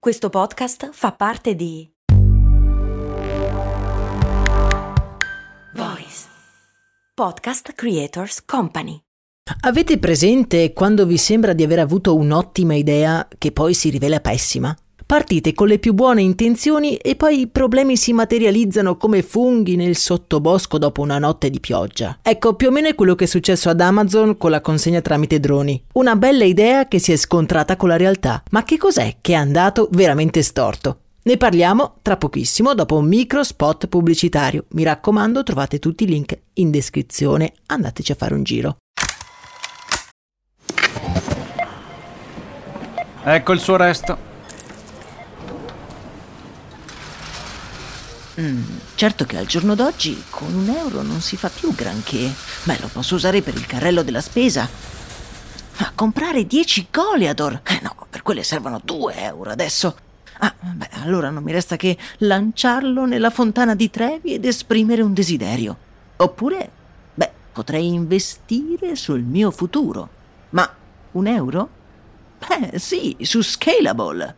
Questo podcast fa parte di Voice Podcast Creators Company. Avete presente quando vi sembra di aver avuto un'ottima idea che poi si rivela pessima? Partite con le più buone intenzioni e poi i problemi si materializzano come funghi nel sottobosco dopo una notte di pioggia. Ecco, più o meno è quello che è successo ad Amazon con la consegna tramite droni. Una bella idea che si è scontrata con la realtà. Ma che cos'è che è andato veramente storto? Ne parliamo tra pochissimo dopo un micro spot pubblicitario. Mi raccomando, trovate tutti i link in descrizione. Andateci a fare un giro. Ecco il suo resto. Certo che al giorno d'oggi con €1 non si fa più granché. Beh, lo posso usare per il carrello della spesa. Ma comprare 10 Goliador? No, per quelle servono €2 adesso. Allora non mi resta che lanciarlo nella fontana di Trevi ed esprimere un desiderio. Oppure, potrei investire sul mio futuro. Ma €1? Sì, su Scalable.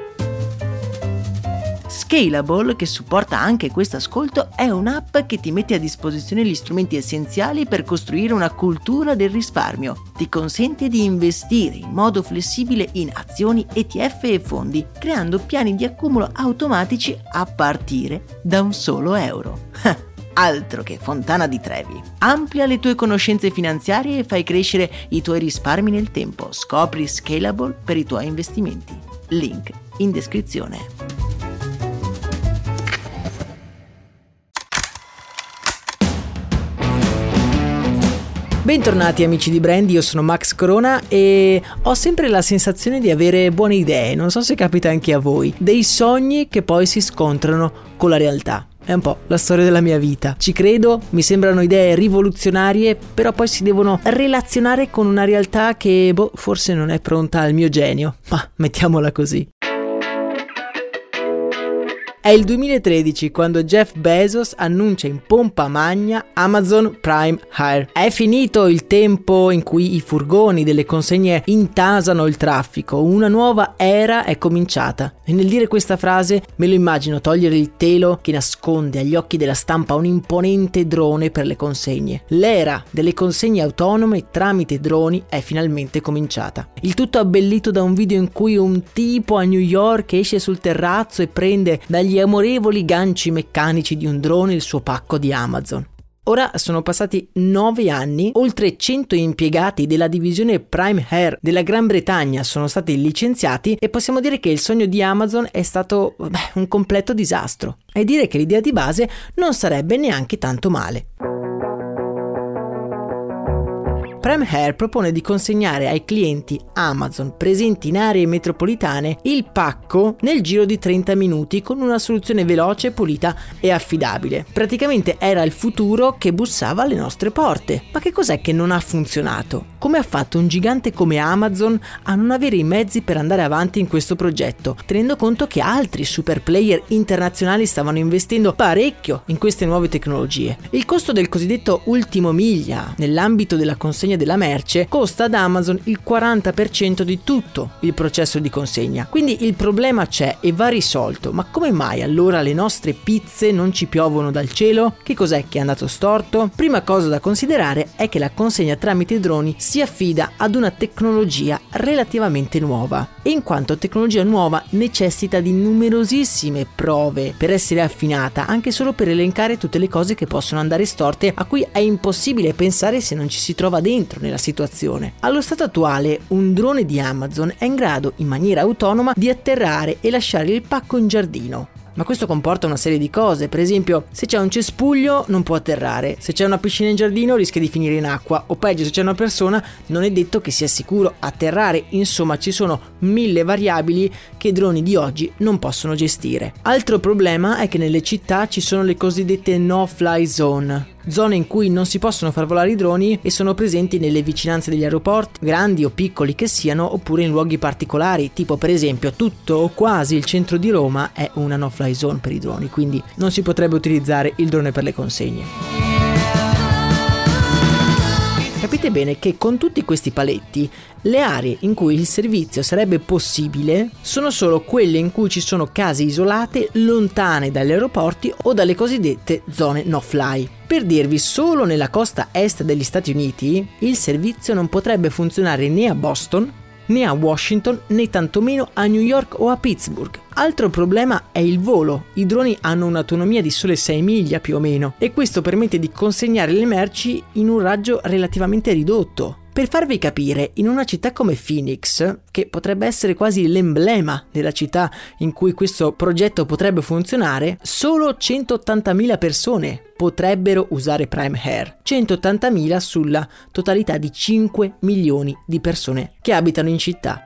Scalable, che supporta anche questo ascolto, è un'app che ti mette a disposizione gli strumenti essenziali per costruire una cultura del risparmio. Ti consente di investire in modo flessibile in azioni, ETF e fondi, creando piani di accumulo automatici a partire da un solo euro. Altro che fontana di Trevi. Amplia le tue conoscenze finanziarie e fai crescere i tuoi risparmi nel tempo. Scopri Scalable per i tuoi investimenti. Link in descrizione. Bentornati amici di Brand, io sono Max Corona e ho sempre la sensazione di avere buone idee, non so se capita anche a voi, dei sogni che poi si scontrano con la realtà. È un po' la storia della mia vita. Ci credo, mi sembrano idee rivoluzionarie, però poi si devono relazionare con una realtà che, forse non è pronta al mio genio, ma mettiamola così. È il 2013 quando Jeff Bezos annuncia in pompa magna Amazon Prime Hire. È finito il tempo in cui i furgoni delle consegne intasano il traffico, una nuova era è cominciata. E nel dire questa frase me lo immagino togliere il telo che nasconde agli occhi della stampa un imponente drone per le consegne. L'era delle consegne autonome tramite droni è finalmente cominciata. Il tutto abbellito da un video in cui un tipo a New York esce sul terrazzo e prende dagli amorevoli ganci meccanici di un drone il suo pacco di Amazon. Ora sono passati 9 anni, oltre 100 impiegati della divisione Prime Air della Gran Bretagna sono stati licenziati e possiamo dire che il sogno di Amazon è stato un completo disastro. E dire che l'idea di base non sarebbe neanche tanto male. Prime Air propone di consegnare ai clienti Amazon presenti in aree metropolitane il pacco nel giro di 30 minuti con una soluzione veloce, pulita e affidabile. Praticamente era il futuro che bussava alle nostre porte. Ma che cos'è che non ha funzionato? Come ha fatto un gigante come Amazon a non avere i mezzi per andare avanti in questo progetto, tenendo conto che altri super player internazionali stavano investendo parecchio in queste nuove tecnologie? Il costo del cosiddetto ultimo miglia nell'ambito della consegna della merce costa ad Amazon il 40% di tutto il processo di consegna. Quindi il problema c'è e va risolto. Ma come mai allora le nostre pizze non ci piovono dal cielo? Che cos'è che è andato storto? Prima cosa da considerare è che la consegna tramite droni si affida ad una tecnologia relativamente nuova e in quanto tecnologia nuova necessita di numerosissime prove per essere affinata, anche solo per elencare tutte le cose che possono andare storte a cui è impossibile pensare se non ci si trova dentro nella situazione. Allo stato attuale un drone di Amazon è in grado in maniera autonoma di atterrare e lasciare il pacco in giardino. Ma questo comporta una serie di cose, per esempio se c'è un cespuglio non può atterrare, se c'è una piscina in giardino rischia di finire in acqua o peggio se c'è una persona non è detto che sia sicuro atterrare, insomma ci sono 1000 variabili che i droni di oggi non possono gestire. Altro problema è che nelle città ci sono le cosiddette no-fly zone, zone in cui non si possono far volare i droni e sono presenti nelle vicinanze degli aeroporti, grandi o piccoli che siano, oppure in luoghi particolari, tipo per esempio tutto o quasi il centro di Roma è una no-fly zone per i droni, quindi non si potrebbe utilizzare il drone per le consegne. capite bene che con tutti questi paletti le aree in cui il servizio sarebbe possibile sono solo quelle in cui ci sono case isolate lontane dagli aeroporti o dalle cosiddette zone no-fly. Per dirvi, solo nella costa est degli Stati Uniti il servizio non potrebbe funzionare né a Boston, né a Washington, né tantomeno a New York o a Pittsburgh. Altro problema è il volo. I droni hanno un'autonomia di sole 6 miglia più o meno e questo permette di consegnare le merci in un raggio relativamente ridotto. Per farvi capire, in una città come Phoenix, che potrebbe essere quasi l'emblema della città in cui questo progetto potrebbe funzionare, solo 180.000 persone potrebbero usare Prime Air. 180.000 sulla totalità di 5 milioni di persone che abitano in città.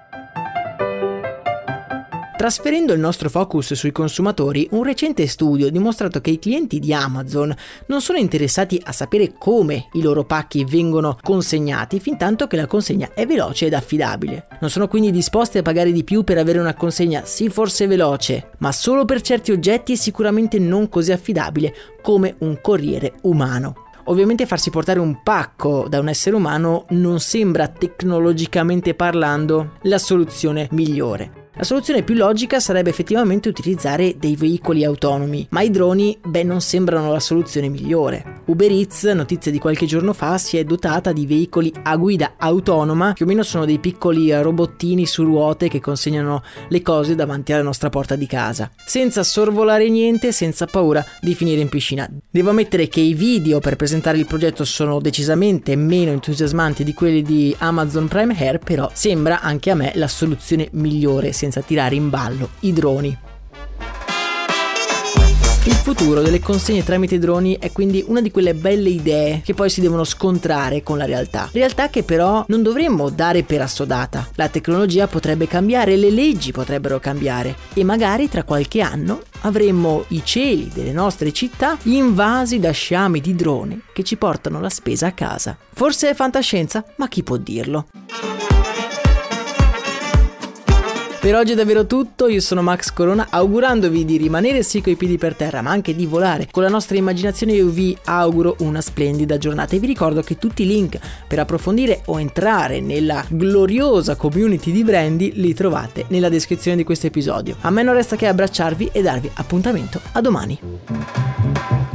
Trasferendo il nostro focus sui consumatori, un recente studio ha dimostrato che i clienti di Amazon non sono interessati a sapere come i loro pacchi vengono consegnati, fintanto che la consegna è veloce ed affidabile. Non sono quindi disposti a pagare di più per avere una consegna sì forse veloce, ma solo per certi oggetti e sicuramente non così affidabile come un corriere umano. Ovviamente farsi portare un pacco da un essere umano non sembra tecnologicamente parlando la soluzione migliore. La soluzione più logica sarebbe effettivamente utilizzare dei veicoli autonomi, ma i droni, non sembrano la soluzione migliore. Uber Eats, notizia di qualche giorno fa, si è dotata di veicoli a guida autonoma, più o meno sono dei piccoli robottini su ruote che consegnano le cose davanti alla nostra porta di casa, senza sorvolare niente, senza paura di finire in piscina. Devo ammettere che i video per presentare il progetto sono decisamente meno entusiasmanti di quelli di Amazon Prime Air, però sembra anche a me la soluzione migliore senza tirare in ballo i droni. Il futuro delle consegne tramite droni è quindi una di quelle belle idee che poi si devono scontrare con la realtà che però non dovremmo dare per assodata. La tecnologia potrebbe cambiare, le leggi potrebbero cambiare e magari tra qualche anno avremmo i cieli delle nostre città invasi da sciami di droni che ci portano la spesa a casa. Forse è fantascienza, ma chi può dirlo? Per oggi è davvero tutto, io sono Max Corona, augurandovi di rimanere sì coi piedi per terra ma anche di volare con la nostra immaginazione. Io vi auguro una splendida giornata e vi ricordo che tutti i link per approfondire o entrare nella gloriosa community di Brandy li trovate nella descrizione di questo episodio. A me non resta che abbracciarvi e darvi appuntamento a domani.